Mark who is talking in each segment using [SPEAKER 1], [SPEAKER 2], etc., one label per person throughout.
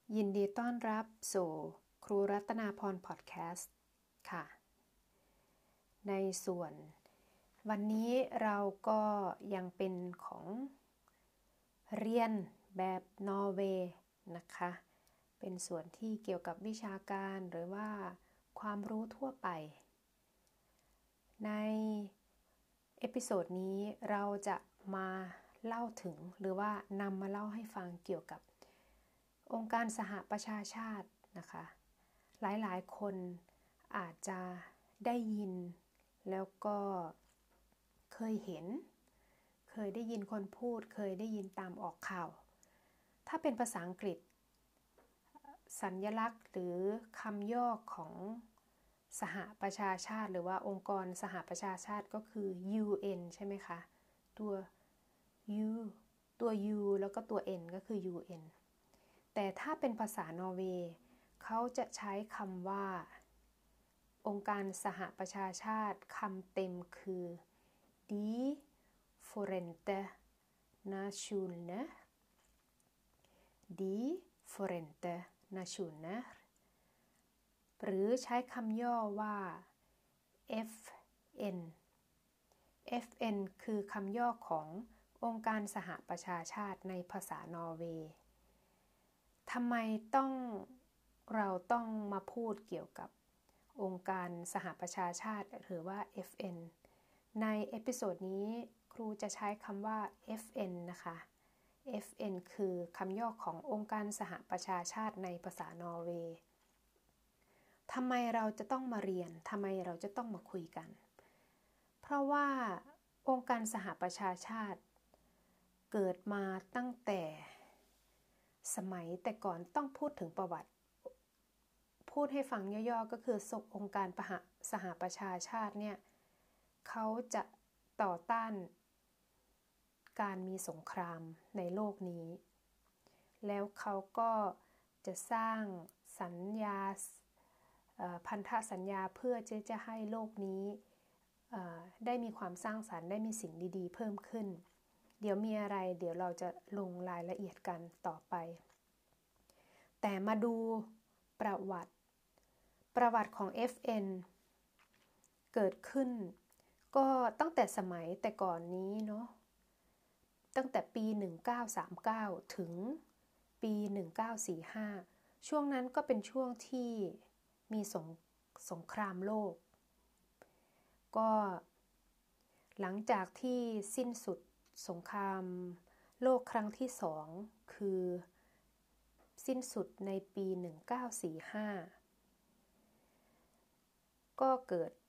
[SPEAKER 1] ยินดีต้อนรับสู่ครูรัตนาพรพอดแคสต์ค่ะในส่วนวันนี้เราก็ยังเป็นของเรียนแบบนอร์เวย์นะคะเป็นส่วนที่เกี่ยวกับวิชาการหรือว่าความรู้ทั่วไปในเอพิโซดนี้เราจะมาเล่าถึงหรือว่านำมาเล่าให้ฟังเกี่ยวกับองค์การสหประชาชาตินะคะหลายๆคนอาจจะได้ยินแล้วก็เคยเห็นเคยได้ยินคนพูดเคยได้ยินตามออกข่าวถ้าเป็นภาษาอังกฤษสัญลักษณ์หรือคำย่อของสหประชาชาติหรือว่าองค์กรสหประชาชาติก็คือ UN ใช่ไหมคะตัว U ตัว U แล้วก็ตัว N ก็คือ UNแต่ถ้าเป็นภาษานอร์เวย์เขาจะใช้คำว่าองค์การสหประชาชาติคำเต็มคือ Die Forente Nationer Die Forente Nationer หรือใช้คำย่อว่า FN FN คือคำย่อขององค์การสหประชาชาติในภาษานอร์เวย์ทำไมเราต้องมาพูดเกี่ยวกับองค์การสหประชาชาติหรือว่า FN ในเอพิโซดนี้ครูจะใช้คำว่า FN นะคะ FN คือคำย่อขององค์การสหประชาชาติในภาษานอร์เวย์ทำไมเราจะต้องมาเรียนทำไมเราจะต้องมาคุยกันเพราะว่าองค์การสหประชาชาติเกิดมาตั้งแต่สมัยแต่ก่อนต้องพูดถึงประวัติพูดให้ฟังย่อๆก็คือองค์การสหประชาชาติเนี่ยเขาจะต่อต้านการมีสงครามในโลกนี้แล้วเขาก็จะสร้างสัญญาพันธสัญญาเพื่อจะให้โลกนี้ได้มีความสร้างสรรค์ได้มีสิ่งดีๆเพิ่มขึ้นเดี๋ยวมีอะไรเดี๋ยวเราจะลงรายละเอียดกันต่อไปแต่มาดูประวัติของ FN เกิดขึ้นก็ตั้งแต่สมัยแต่ก่อนนี้เนาะตั้งแต่ปี1939ถึงปี1945ช่วงนั้นก็เป็นช่วงที่มีสงครามโลกก็หลังจากที่สิ้นสุดสงครามโลกครั้งที่2คือสิ้นสุดในปี1945ก็เกิด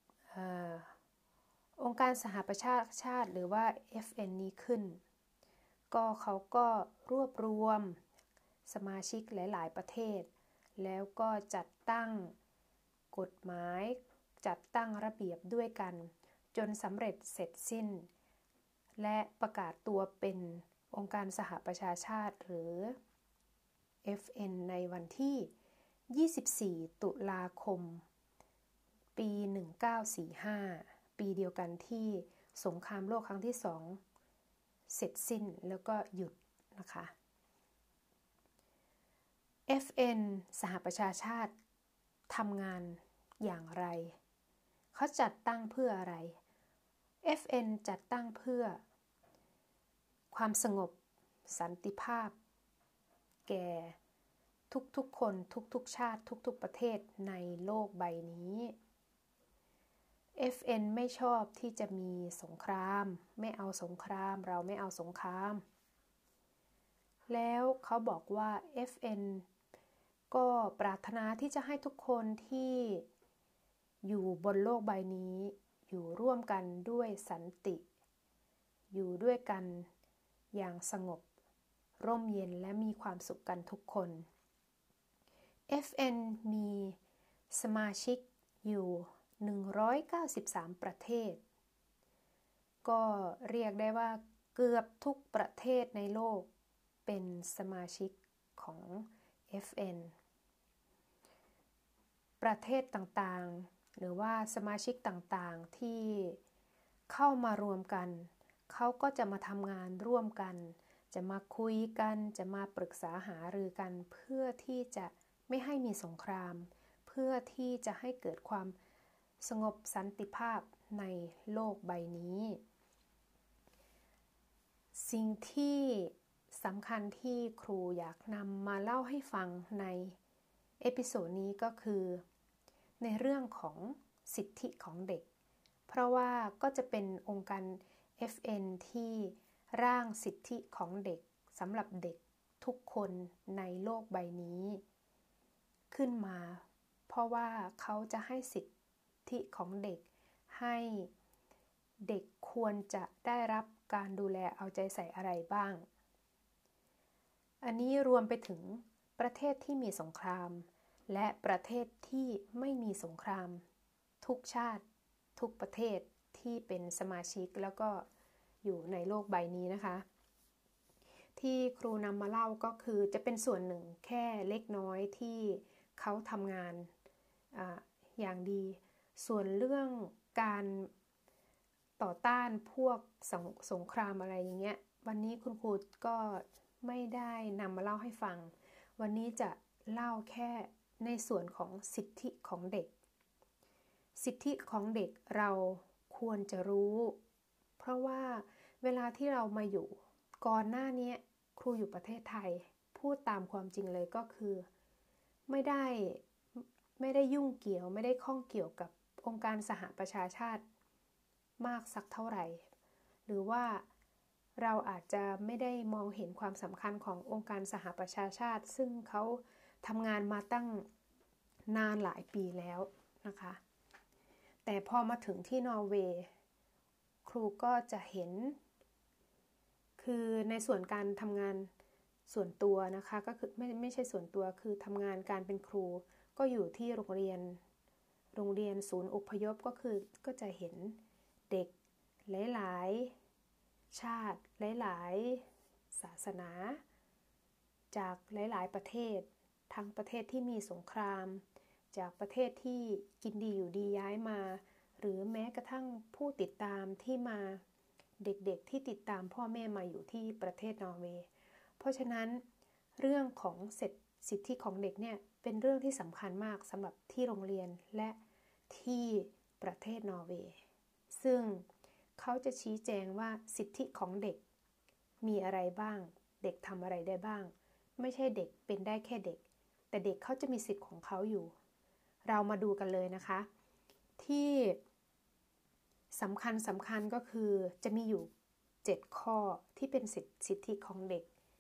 [SPEAKER 1] องค์การสหประชาชาติหรือว่า FN นี้ขึ้นก็เขาก็รวบรวมสมาชิกหลายๆประเทศแล้วก็จัดตั้งกฎหมายจัดตั้งระเบียบด้วยกันจนสำเร็จเสร็จสิ้นและประกาศตัวเป็นองค์การสหประชาชาติหรือ FN ในวันที่24ตุลาคมปี1945ปีเดียวกันที่สงครามโลกครั้งที่2เสร็จสิ้นแล้วก็หยุดนะคะ FN สหประชาชาติทำงานอย่างไรเขาจัดตั้งเพื่ออะไร FN จัดตั้งเพื่อความสงบสันติภาพแก่ทุกๆคนทุกๆชาติทุกๆประเทศในโลกใบนี้ FN ไม่ชอบที่จะมีสงครามไม่เอาสงครามเราไม่เอาสงครามแล้วเขาบอกว่า FN ก็ปรารถนาที่จะให้ทุกคนที่อยู่บนโลกใบนี้อยู่ร่วมกันด้วยสันติอยู่ด้วยกันอย่างสงบร่มเย็นและมีความสุขกันทุกคน FN มีสมาชิกอยู่193ประเทศก็เรียกได้ว่าเกือบทุกประเทศในโลกเป็นสมาชิกของ FN ประเทศต่างๆหรือว่าสมาชิกต่างๆที่เข้ามารวมกันเขาก็จะมาทำงานร่วมกันจะมาคุยกันจะมาปรึกษาหารือกันเพื่อที่จะไม่ให้มีสงครามเพื่อที่จะให้เกิดความสงบสันติภาพในโลกใบนี้สิ่งที่สำคัญที่ครูอยากนำมาเล่าให้ฟังในเอพิโซดนี้ก็คือในเรื่องของสิทธิของเด็กเพราะว่าก็จะเป็นองค์การ FN ที่ร่างสิทธิของเด็กสำหรับเด็กทุกคนในโลกใบนี้ขึ้นมาเพราะว่าเขาจะให้สิทธิของเด็กให้เด็กควรจะได้รับการดูแลเอาใจใส่อะไรบ้างอันนี้รวมไปถึงประเทศที่มีสงครามและประเทศที่ไม่มีสงครามทุกชาติทุกประเทศที่เป็นสมาชิกแล้วก็อยู่ในโลกใบนี้นะคะที่ครูนำมาเล่าก็คือจะเป็นส่วนหนึ่งแค่เล็กน้อยที่เขาทำงานอย่างดีส่วนเรื่องการต่อต้านพวกสงครามอะไรอย่างเงี้ยวันนี้คุณครูก็ไม่ได้นำมาเล่าให้ฟังวันนี้จะเล่าแค่ในส่วนของสิทธิของเด็กสิทธิของเด็กเราควรจะรู้เพราะว่าเวลาที่เรามาอยู่ก่อนหน้านี้ครูอยู่ประเทศไทยพูดตามความจริงเลยก็คือไม่ได้ยุ่งเกี่ยวไม่ได้ข้องเกี่ยวกับองค์การสหประชาชาติมากสักเท่าไหร่หรือว่าเราอาจจะไม่ได้มองเห็นความสำคัญขององค์การสหประชาชาติซึ่งเขาทำงานมาตั้งนานหลายปีแล้วนะคะแต่พอมาถึงที่นอร์เวย์ครูก็จะเห็นคือในส่วนการทำงานส่วนตัวนะคะก็คือไม่ใช่ส่วนตัวคือทำงานการเป็นครูก็อยู่ที่โรงเรียนศูนย์อพยพก็จะเห็นเด็กหลายๆชาติหลายๆศาสนาจากหลายๆประเทศทั้งประเทศที่มีสงครามจากประเทศที่กินดีอยู่ดีย้ายมาหรือแม้กระทั่งผู้ติดตามที่มาเด็กๆที่ติดตามพ่อแม่มาอยู่ที่ประเทศนอร์เวย์เพราะฉะนั้นเรื่องของสิทธิของเด็กเนี่ยเป็นเรื่องที่สำคัญมากสำหรับที่โรงเรียนและที่ประเทศนอร์เวย์ซึ่งเขาจะชี้แจงว่าสิทธิของเด็กมีอะไรบ้างเด็กทำอะไรได้บ้างไม่ใช่เด็กเป็นได้แค่เด็กแต่เด็กเขาจะมีสิทธิของเขาอยู่เรามาดูกันเลยนะคะที่สำคัญก็คือจะมีอยู่7ข้อที่เป็นสิทธิของเด็ก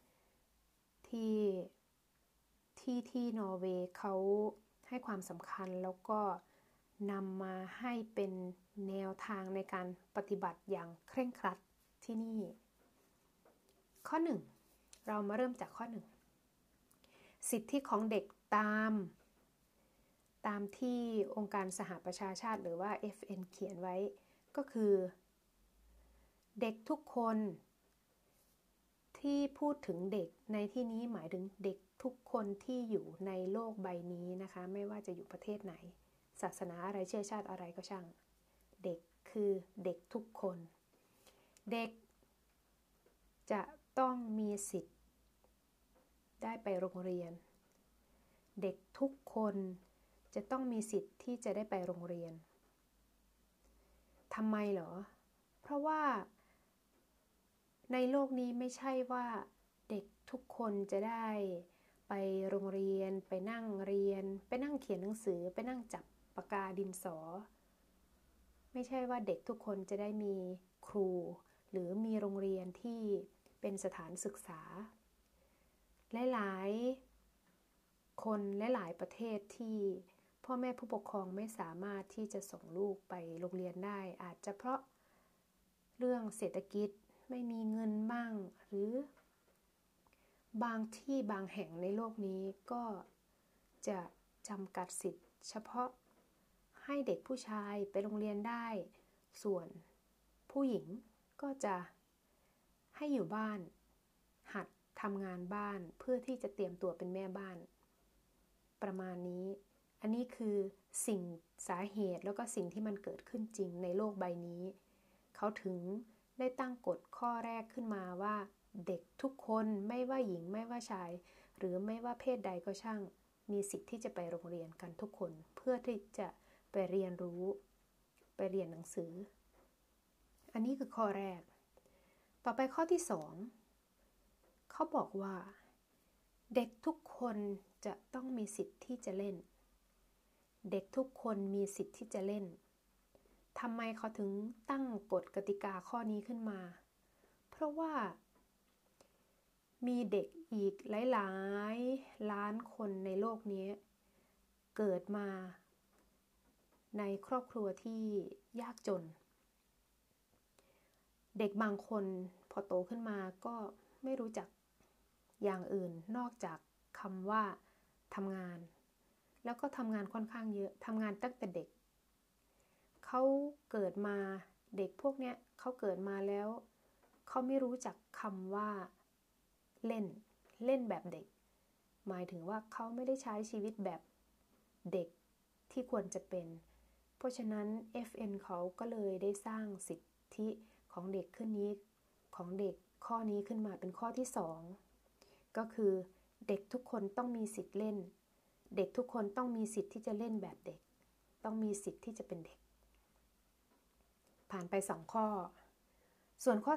[SPEAKER 1] ที่นอร์เวย์เขาให้ความสำคัญแล้วก็นำมาให้เป็นแนวทางในการปฏิบัติอย่างเคร่งครัดที่นี่ข้อ1เรามาเริ่มจากข้อ1สิทธิของเด็กตามที่องค์การสหประชาชาติหรือว่า FN เขียนไว้ก็คือเด็กทุกคนที่พูดถึงเด็กในที่นี้หมายถึงเด็กทุกคนที่อยู่ในโลกใบนี้นะคะไม่ว่าจะอยู่ประเทศไหนศาสนาอะไรเชื้อชาติอะไรก็ช่างเด็กคือเด็กทุกคนเด็กจะต้องมีสิทธิ์ได้ไปโรงเรียนเด็กทุกคนจะต้องมีสิทธิ์ที่จะได้ไปโรงเรียนทำไมเหรอเพราะว่าในโลกนี้ไม่ใช่ว่าเด็กทุกคนจะได้ไปโรงเรียนไปนั่งเรียนไปนั่งเขียนหนังสือไปนั่งจับปากกาดินสอไม่ใช่ว่าเด็กทุกคนจะได้มีครูหรือมีโรงเรียนที่เป็นสถานศึกษาหลายๆคนหลายประเทศที่พ่อแม่ผู้ปกครองไม่สามารถที่จะส่งลูกไปโรงเรียนได้อาจจะเพราะเรื่องเศรษฐกิจไม่มีเงินบ้างหรือบางที่บางแห่งในโลกนี้ก็จะจำกัดสิทธิ์เฉพาะให้เด็กผู้ชายไปโรงเรียนได้ส่วนผู้หญิงก็จะให้อยู่บ้านหัดทำงานบ้านเพื่อที่จะเตรียมตัวเป็นแม่บ้านประมาณนี้อันนี้คือสิ่งสาเหตุแล้วก็สิ่งที่มันเกิดขึ้นจริงในโลกใบนี้เขาถึงได้ตั้งกฎข้อแรกขึ้นมาว่าเด็กทุกคนไม่ว่าหญิงไม่ว่าชายหรือไม่ว่าเพศใดก็ช่างมีสิทธิ์ที่จะไปโรงเรียนกันทุกคนเพื่อที่จะไปเรียนรู้ไปเรียนหนังสืออันนี้คือข้อแรกต่อไปข้อที่2เขาบอกว่าเด็กทุกคนจะต้องมีสิทธิ์ที่จะเล่นเด็กทุกคนมีสิทธิ์ที่จะเล่นทำไมเขาถึงตั้งกฎกติกาข้อนี้ขึ้นมาเพราะว่ามีเด็กอีกหลายๆล้านคนในโลกนี้เกิดมาในครอบครัวที่ยากจนเด็กบางคนพอโตขึ้นมาก็ไม่รู้จักอย่างอื่นนอกจากคำว่าทำงานแล้วก็ทำงานค่อนข้างเยอะทำงานตั้งแต่เด็กเขาเกิดมาเด็กพวกเนี้ยเขาเกิดมาแล้วเขาไม่รู้จักคำว่าเล่นแบบเด็กหมายถึงว่าเขาไม่ได้ใช้ชีวิตแบบเด็กที่ควรจะเป็นเพราะฉะนั้น FN เขาก็เลยได้สร้างสิทธิของเด็กข้อนี้ขึ้นมาเป็นข้อที่2ก็คือเด็กทุกคนต้องมีสิทธิ์เล่นเด็กทุกคนต้องมีสิทธิ์ที่จะเล่นแบบเด็กต้องมีสิทธิ์ที่จะเป็นเด็กผ่านไป2ข้อส่วนข้อ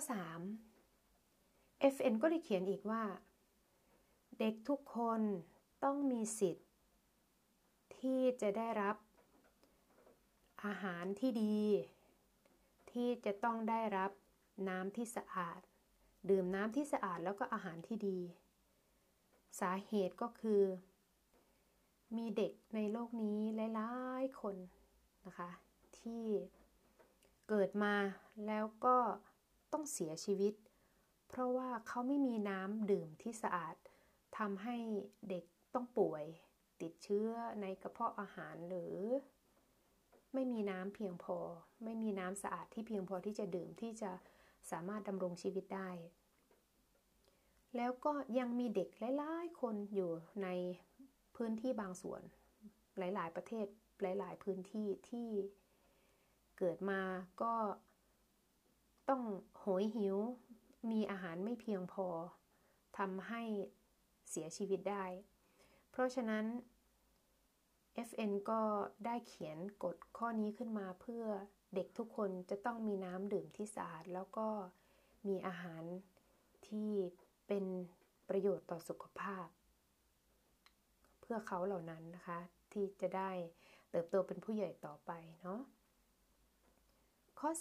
[SPEAKER 1] 3 FN ก็ได้เขียนอีกว่าเด็กทุกคนต้องมีสิทธิ์ที่จะได้รับอาหารที่ดีที่จะต้องได้รับน้ำที่สะอาดดื่มน้ำที่สะอาดแล้วก็อาหารที่ดีสาเหตุก็คือมีเด็กในโลกนี้หลายๆคนนะคะที่เกิดมาแล้วก็ต้องเสียชีวิตเพราะว่าเขาไม่มีน้ำดื่มที่สะอาดทำให้เด็กต้องป่วยติดเชื้อในกระเพาะอาหารหรือไม่มีน้ำเพียงพอไม่มีน้ำสะอาดที่เพียงพอที่จะดื่มที่จะสามารถดำรงชีวิตได้แล้วก็ยังมีเด็กหลายๆคนอยู่ในพื้นที่บางส่วนหลายๆประเทศหลายๆพื้นที่ที่เกิดมาก็ต้องโหยหิวมีอาหารไม่เพียงพอทำให้เสียชีวิตได้เพราะฉะนั้น FN ก็ได้เขียนกฎข้อนี้ขึ้นมาเพื่อเด็กทุกคนจะต้องมีน้ำดื่มที่สะอาดแล้วก็มีอาหารที่เป็นประโยชน์ต่อสุขภาพเพื่อเขาเหล่านั้นนะคะที่จะได้เติบโตเป็นผู้ใหญ่ต่อไปเนาะข้อ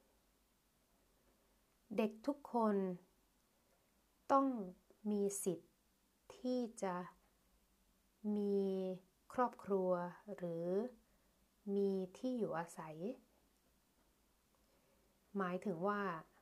[SPEAKER 1] 4เด็กทุกคนต้องมีสิทธิ์ที่จะมีครอบครัวหรือมีที่อยู่อาศัยหมายถึงว่า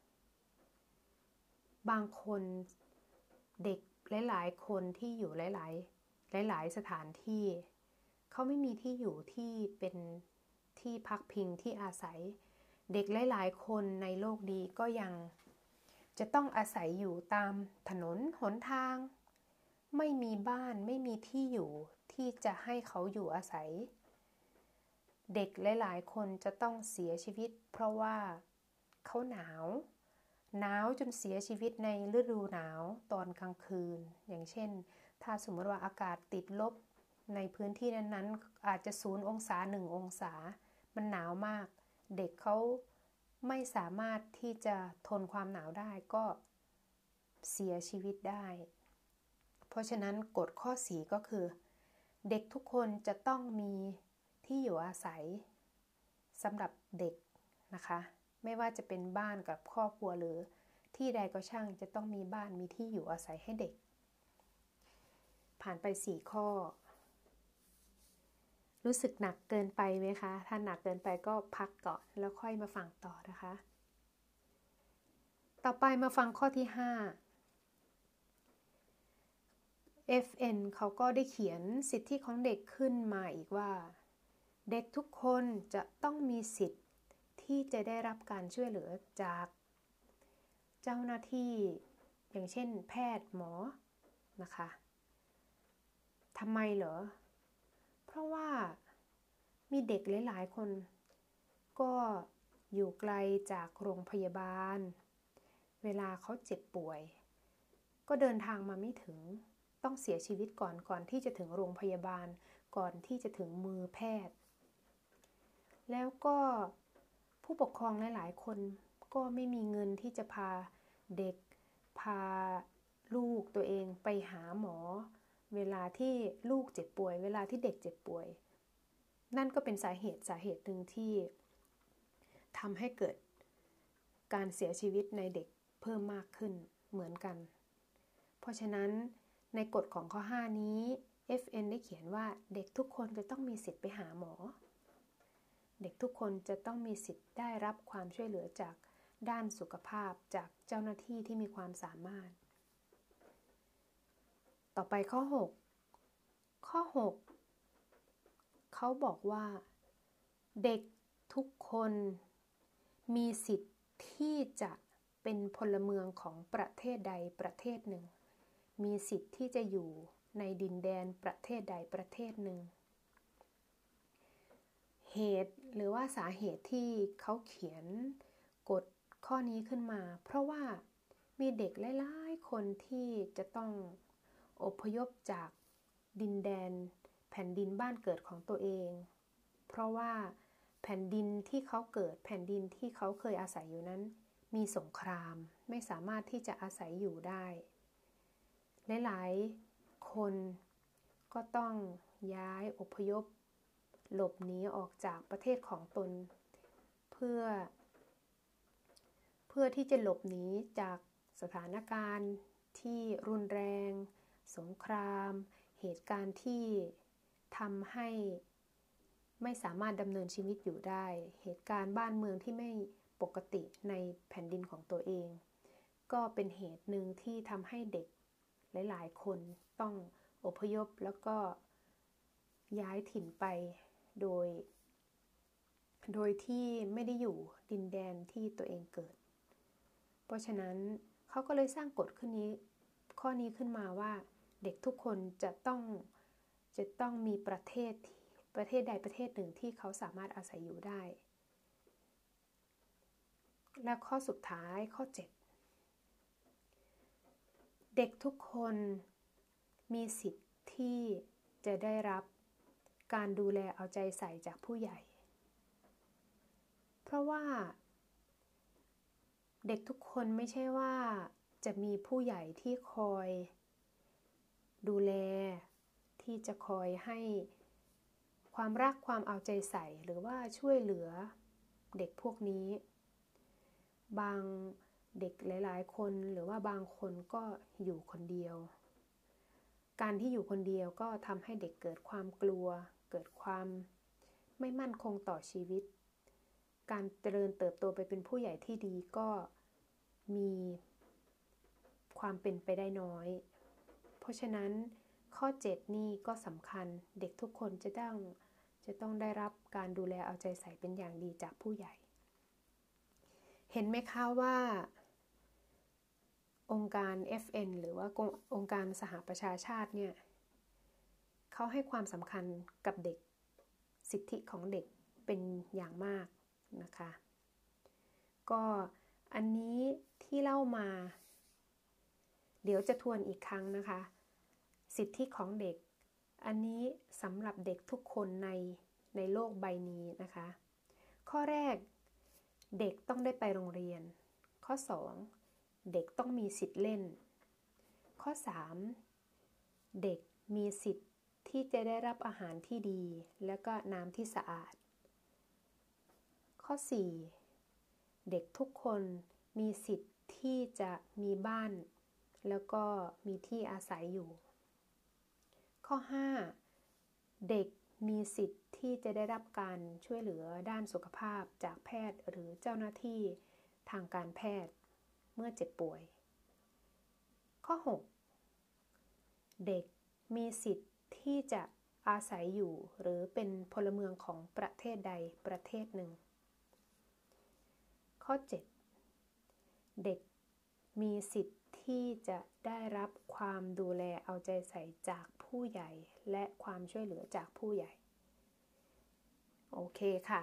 [SPEAKER 1] บางคนเด็กหลายๆคนที่อยู่หลายสถานที่เขาไม่มีที่อยู่ที่เป็นที่พักพิงที่อาศัยเด็กหลายๆคนในโลกนี้ก็ยังจะต้องอาศัยอยู่ตามถนนหนทางไม่มีบ้านไม่มีที่อยู่ที่จะให้เขาอยู่อาศัยเด็กหลายๆคนจะต้องเสียชีวิตเพราะว่าเขาหนาวจนเสียชีวิตในฤดูหนาวตอนกลางคืนอย่างเช่นถ้าสมมติว่าอากาศติดลบในพื้นที่นั้นๆอาจจะ0 องศา1 องศามันหนาวมากเด็กเขาไม่สามารถที่จะทนความหนาวได้ก็เสียชีวิตได้เพราะฉะนั้นกฎข้อ4ก็คือเด็กทุกคนจะต้องมีที่อยู่อาศัยสำหรับเด็กนะคะไม่ว่าจะเป็นบ้านกับครอบครัวหรือที่ใดก็ช่างจะต้องมีบ้านมีที่อยู่อาศัยให้เด็กผ่านไป4ข้อรู้สึกหนักเกินไปไหมคะถ้าหนักเกินไปก็พักก่อนแล้วค่อยมาฟังต่อนะคะต่อไปมาฟังข้อที่5 FN เขาก็ได้เขียนสิทธิของเด็กขึ้นมาอีกว่าเด็กทุกคนจะต้องมีสิทธิ์ที่จะได้รับการช่วยเหลือจากเจ้าหน้าที่อย่างเช่นแพทย์หมอนะคะทำไมเหรอเพราะว่ามีเด็กหลายๆคนก็อยู่ไกลจากโรงพยาบาลเวลาเขาเจ็บป่วยก็เดินทางมาไม่ถึงต้องเสียชีวิตก่อนที่จะถึงโรงพยาบาลก่อนที่จะถึงมือแพทย์แล้วก็ผู้ปกครองหลายๆคนก็ไม่มีเงินที่จะพาเด็กพาลูกตัวเองไปหาหมอเวลาที่ลูกเจ็บป่วยเวลาที่เด็กเจ็บป่วยนั่นก็เป็นสาเหตุหนึ่งที่ทำให้เกิดการเสียชีวิตในเด็กเพิ่มมากขึ้นเหมือนกันเพราะฉะนั้นในกฎของข้อ 5 นี้ FN ได้เขียนว่าเด็กทุกคนจะต้องมีสิทธิ์ไปหาหมอเด็กทุกคนจะต้องมีสิทธิ์ได้รับความช่วยเหลือจากด้านสุขภาพจากเจ้าหน้าที่ที่มีความสามารถต่อไปข้อ 6 เขาบอกว่าเด็กทุกคนมีสิทธิ์ที่จะเป็นพลเมืองของประเทศใดประเทศหนึ่งมีสิทธิ์ที่จะอยู่ในดินแดนประเทศใดประเทศหนึ่งเหตุหรือว่าสาเหตุที่เขาเขียนกฎข้อนี้ขึ้นมาเพราะว่ามีเด็กหลายๆคนที่จะต้องอพยพจากดินแดนแผ่นดินบ้านเกิดของตัวเองเพราะว่าแผ่นดินที่เขาเกิดแผ่นดินที่เขาเคยอาศัยอยู่นั้นมีสงครามไม่สามารถที่จะอาศัยอยู่ได้หลายๆคนก็ต้องย้ายอพยพหลบหนีออกจากประเทศของตนเพื่อที่จะหลบหนีจากสถานการณ์ที่รุนแรงสงครามเหตุการณ์ที่ทำให้ไม่สามารถดำเนินชีวิตอยู่ได้เหตุการณ์บ้านเมืองที่ไม่ปกติในแผ่นดินของตัวเองก็เป็นเหตุหนึ่งที่ทำให้เด็กหลายๆคนต้องอพยพแล้วก็ย้ายถิ่นไปโดยที่ไม่ได้อยู่ดินแดนที่ตัวเองเกิดเพราะฉะนั้นเขาก็เลยสร้างกฎข้อนี้ขึ้นมาว่าเด็กทุกคนจะต้องมีประเทศใดประเทศหนึ่งที่เขาสามารถอาศัยอยู่ได้และข้อสุดท้ายข้อ 7เด็กทุกคนมีสิทธิ์ที่จะได้รับการดูแลเอาใจใส่จากผู้ใหญ่เพราะว่าเด็กทุกคนไม่ใช่ว่าจะมีผู้ใหญ่ที่คอยดูแลที่จะคอยให้ความรักความเอาใจใส่หรือว่าช่วยเหลือเด็กพวกนี้บางเด็กหลายๆคนหรือว่าบางคนก็อยู่คนเดียวการที่อยู่คนเดียวก็ทำให้เด็กเกิดความกลัวเกิดความไม่มั่นคงต่อชีวิตการเจริญเติบโตไปเป็นผู้ใหญ่ที่ดีก็มีความเป็นไปได้น้อยเพราะฉะนั้นข้อ 7นี่ก็สำคัญเด็กทุกคนจะต้องได้รับการดูแลเอาใจใส่เป็นอย่างดีจากผู้ใหญ่เห็นไหมคะว่าองค์การ FN หรือว่าองค์การสหประชาชาติเนี่ยเขาให้ความสำคัญกับเด็กสิทธิของเด็กเป็นอย่างมากนะคะก็อันนี้ที่เล่ามาเดี๋ยวจะทวนอีกครั้งนะคะสิทธิของเด็กอันนี้สำหรับเด็กทุกคนในโลกใบนี้นะคะข้อแรกเด็กต้องได้ไปโรงเรียนข้อ 2เด็กต้องมีสิทธิ์เล่นข้อ 3เด็กมีสิทธิ์ที่จะได้รับอาหารที่ดีและก็น้ำที่สะอาดข้อ 4เด็กทุกคนมีสิทธิ์ที่จะมีบ้านแล้วก็มีที่อาศัยอยู่ข้อ 5เด็กมีสิทธิ์ที่จะได้รับการช่วยเหลือด้านสุขภาพจากแพทย์หรือเจ้าหน้าที่ทางการแพทย์เมื่อเจ็บป่วยข้อ 6เด็กมีสิทธิ์ที่จะอาศัยอยู่หรือเป็นพลเมืองของประเทศใดประเทศหนึ่งข้อ 7เด็กมีสิทธิ์ที่จะได้รับความดูแลเอาใจใส่จากผู้ใหญ่และความช่วยเหลือจากผู้ใหญ่โอเคค่ะ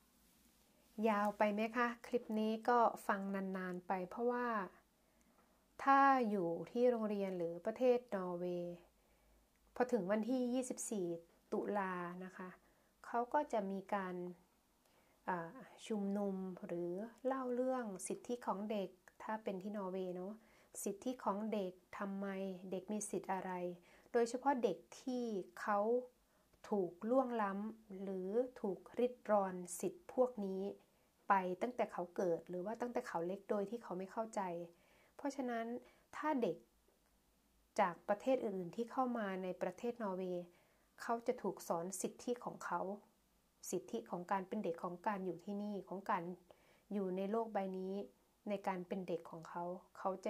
[SPEAKER 1] ยาวไปไหมคะคลิปนี้ก็ฟังนานๆไปเพราะว่าถ้าอยู่ที่โรงเรียนหรือประเทศนอร์เวย์พอถึงวันที่24ตุลานะคะเขาก็จะมีการชุมนุมหรือเล่าเรื่องสิทธิของเด็กถ้าเป็นที่นอร์เวย์เนาะสิทธิของเด็กทำไมเด็กมีสิทธิ์อะไรโดยเฉพาะเด็กที่เขาถูกล่วงล้ำหรือถูกริดรอนสิทธิพวกนี้ไปตั้งแต่เขาเกิดหรือว่าตั้งแต่เขาเล็กโดยที่เขาไม่เข้าใจเพราะฉะนั้นถ้าเด็กจากประเทศอื่นๆที่เข้ามาในประเทศนอร์เวย์เขาจะถูกสอนสิทธิของเขาสิทธิของการเป็นเด็กของการอยู่ที่นี่ของการอยู่ในโลกใบนี้ในการเป็นเด็กของเขาเขาจะ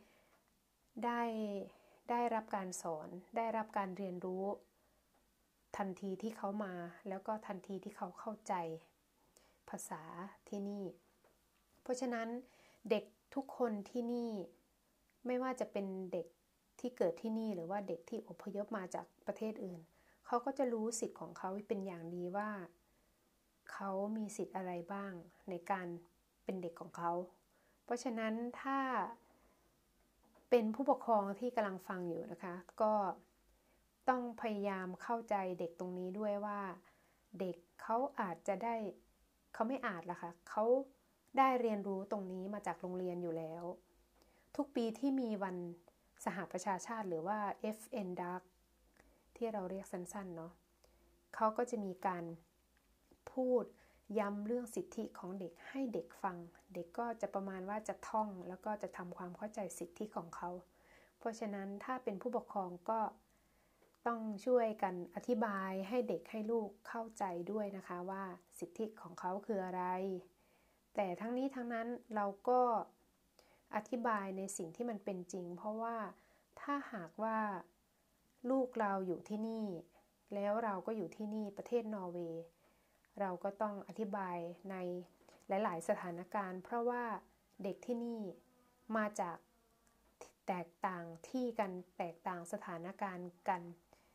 [SPEAKER 1] ได้รับการสอนได้รับการเรียนรู้ทันทีที่เขามาแล้วก็ทันทีที่เขาเข้าใจภาษาที่นี่เพราะฉะนั้นเด็กทุกคนที่นี่ไม่ว่าจะเป็นเด็กที่เกิดที่นี่หรือว่าเด็กที่อพยพมาจากประเทศอื่นเขาก็จะรู้สิทธิ์ของเขาเป็นอย่างดีว่าเขามีสิทธิ์อะไรบ้างในการเป็นเด็กของเขาเพราะฉะนั้นถ้าเป็นผู้ปกครองที่กำลังฟังอยู่นะคะก็ต้องพยายามเข้าใจเด็กตรงนี้ด้วยว่าเด็กเขาอาจจะได้เขาไม่อาจล่ะค่ะเขาได้เรียนรู้ตรงนี้มาจากโรงเรียนอยู่แล้วทุกปีที่มีวันสหประชาชาติหรือว่า FN Dag ที่เราเรียกสั้นๆเนาะเขาก็จะมีการพูดย้ำเรื่องสิทธิของเด็กให้เด็กฟังเด็กก็จะประมาณว่าจะท่องแล้วก็จะทำความเข้าใจสิทธิของเขาเพราะฉะนั้นถ้าเป็นผู้ปกครองก็ต้องช่วยกันอธิบายให้เด็กให้ลูกเข้าใจด้วยนะคะว่าสิทธิของเขาคืออะไรแต่ทั้งนี้ทั้งนั้นเราก็อธิบายในสิ่งที่มันเป็นจริงเพราะว่าถ้าหากว่าลูกเราอยู่ที่นี่แล้วเราก็อยู่ที่นี่ประเทศนอร์เวย์เราก็ต้องอธิบายในหลายๆสถานการณ์เพราะว่าเด็กที่นี่มาจากแตกต่างที่กันแตกต่างสถานการณ์กัน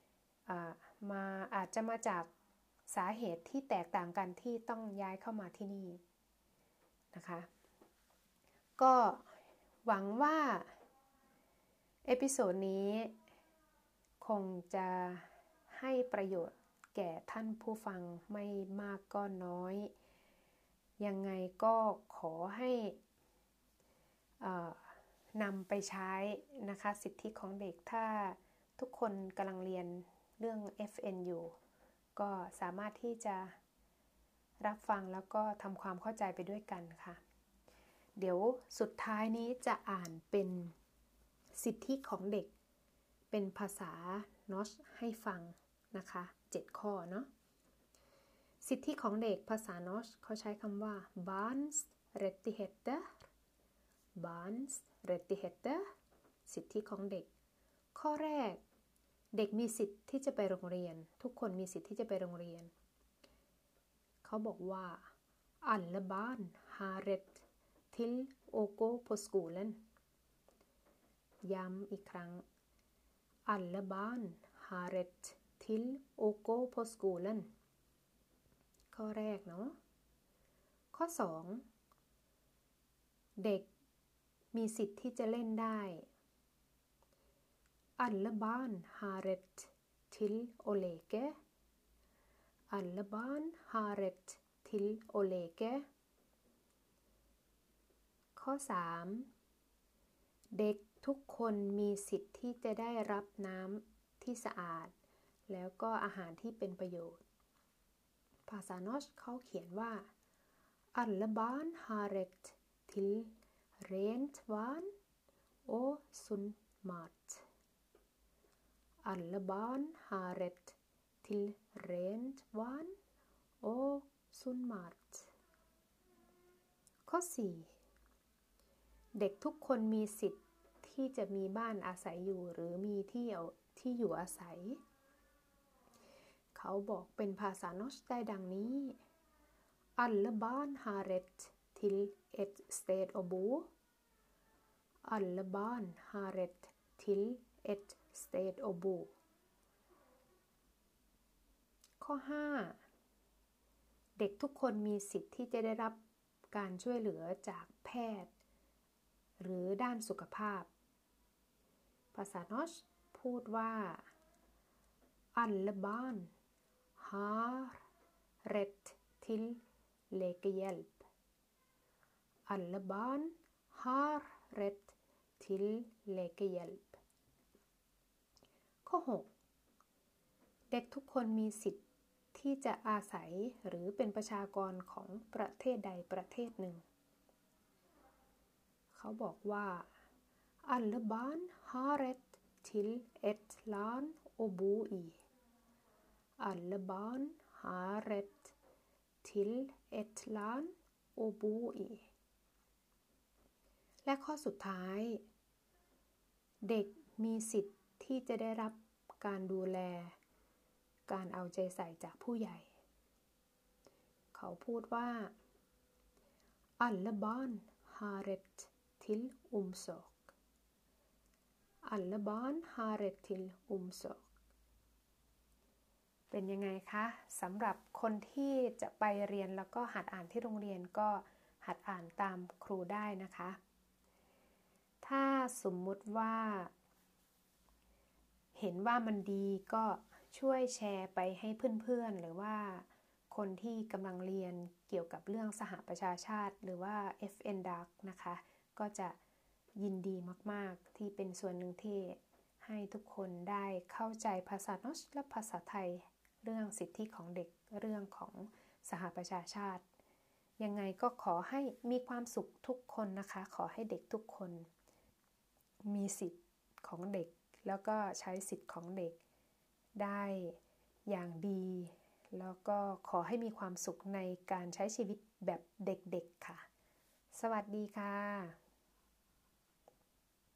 [SPEAKER 1] อาจจะมาจากสาเหตุที่แตกต่างกันที่ต้องย้ายเข้ามาที่นี่นะคะก็หวังว่าเอพิโซดนี้คงจะให้ประโยชน์แก่ท่านผู้ฟังไม่มากก็น้อยยังไงก็ขอให้นำไปใช้นะคะสิทธิของเด็กถ้าทุกคนกำลังเรียนเรื่อง FN อยู่ก็สามารถที่จะรับฟังแล้วก็ทำความเข้าใจไปด้วยกันค่ะเดี๋ยวสุดท้ายนี้จะอ่านเป็นสิทธิของเด็กเป็นภาษานอชให้ฟังนะคะ7ข้อเนาะสิทธิของเด็กภาษานอชเขาใช้คำว่า barns rättigheter barns rättigheter สิทธิของเด็กข้อแรกเด็กมีสิทธิ์ที่จะไปโรงเรียนทุกคนมีสิทธิ์ที่จะไปโรงเรียนเขาบอกว่า alla barn har rätt till att gå på skolan ย้ำอีกครั้ง alla barn har rätt till att gå på skolan ข้อแรกเนาะข้อ2เด็กมีสิทธิ์ที่จะเล่นได้ alla barn har rätt till att leka alla barn har rätt till att leka ข้อ3เด็กทุกคนมีสิทธิ์ที่จะได้รับน้ำที่สะอาดแล้วก็อาหารที่เป็นประโยชน์ภาษานอชเขาเขียนว่า alla barn har rätt till rent vatten och sund mat alla barn har rätt till rent vatten och sund mat ข้อ4เด็กทุกคนมีสิทธิ์ที่จะมีบ้านอาศัยอยู่หรือมีที่อยู่อาศัยเขาบอกเป็นภาษานอชได้ดังนี้ alla barn har rätt till ett sted att bo alla barn har rätt till ett sted att bo ข้อ5เด็กทุกคนมีสิทธิ์ที่จะได้รับการช่วยเหลือจากแพทย์หรือด้านสุขภาพภาษานอชพูดว่า Alle barn har rätt till läkehjälp. Alle barn har rätt till läkehjälp. ข้อ 6 เด็กทุกคนมีสิทธิ์ที่จะอาศัยหรือเป็นประชากรของประเทศใดประเทศหนึ่ง เขาบอกว่า Alle barn har rätt till ett land att bo i. Alle barn har rätt till ett land att bo i. และข้อสุดท้ายเด็กมีสิทธิ์ที่จะได้รับการดูแลการเอาใจใส่จากผู้ใหญ่ เขาพูดว่า Alle barn har rätt till omsorg. Alle barn har rätt till omsorg. เป็นยังไงคะสำหรับคนที่จะไปเรียนแล้วก็หัดอ่านที่โรงเรียนก็หัดอ่านตามครูได้นะคะ ถ้าสมมุติว่าเห็นว่ามันดีก็ช่วยแชร์ไปให้เพื่อนๆหรือว่าคนที่กำลังเรียนเกี่ยวกับเรื่องสหประชาชาติหรือว่า FN Dark นะคะก็จะยินดีมากๆที่เป็นส่วนหนึ่งที่ให้ทุกคนได้เข้าใจภาษานอชและภาษาไทยเรื่องสิทธิของเด็กเรื่องของสหประชาชาติยังไงก็ขอให้มีความสุขทุกคนนะคะขอให้เด็กทุกคนมีสิทธิ์ของเด็กแล้วก็ใช้สิทธิ์ของเด็กได้อย่างดีแล้วก็ขอให้มีความสุขในการใช้ชีวิตแบบเด็กๆค่ะสวัสดีค่ะ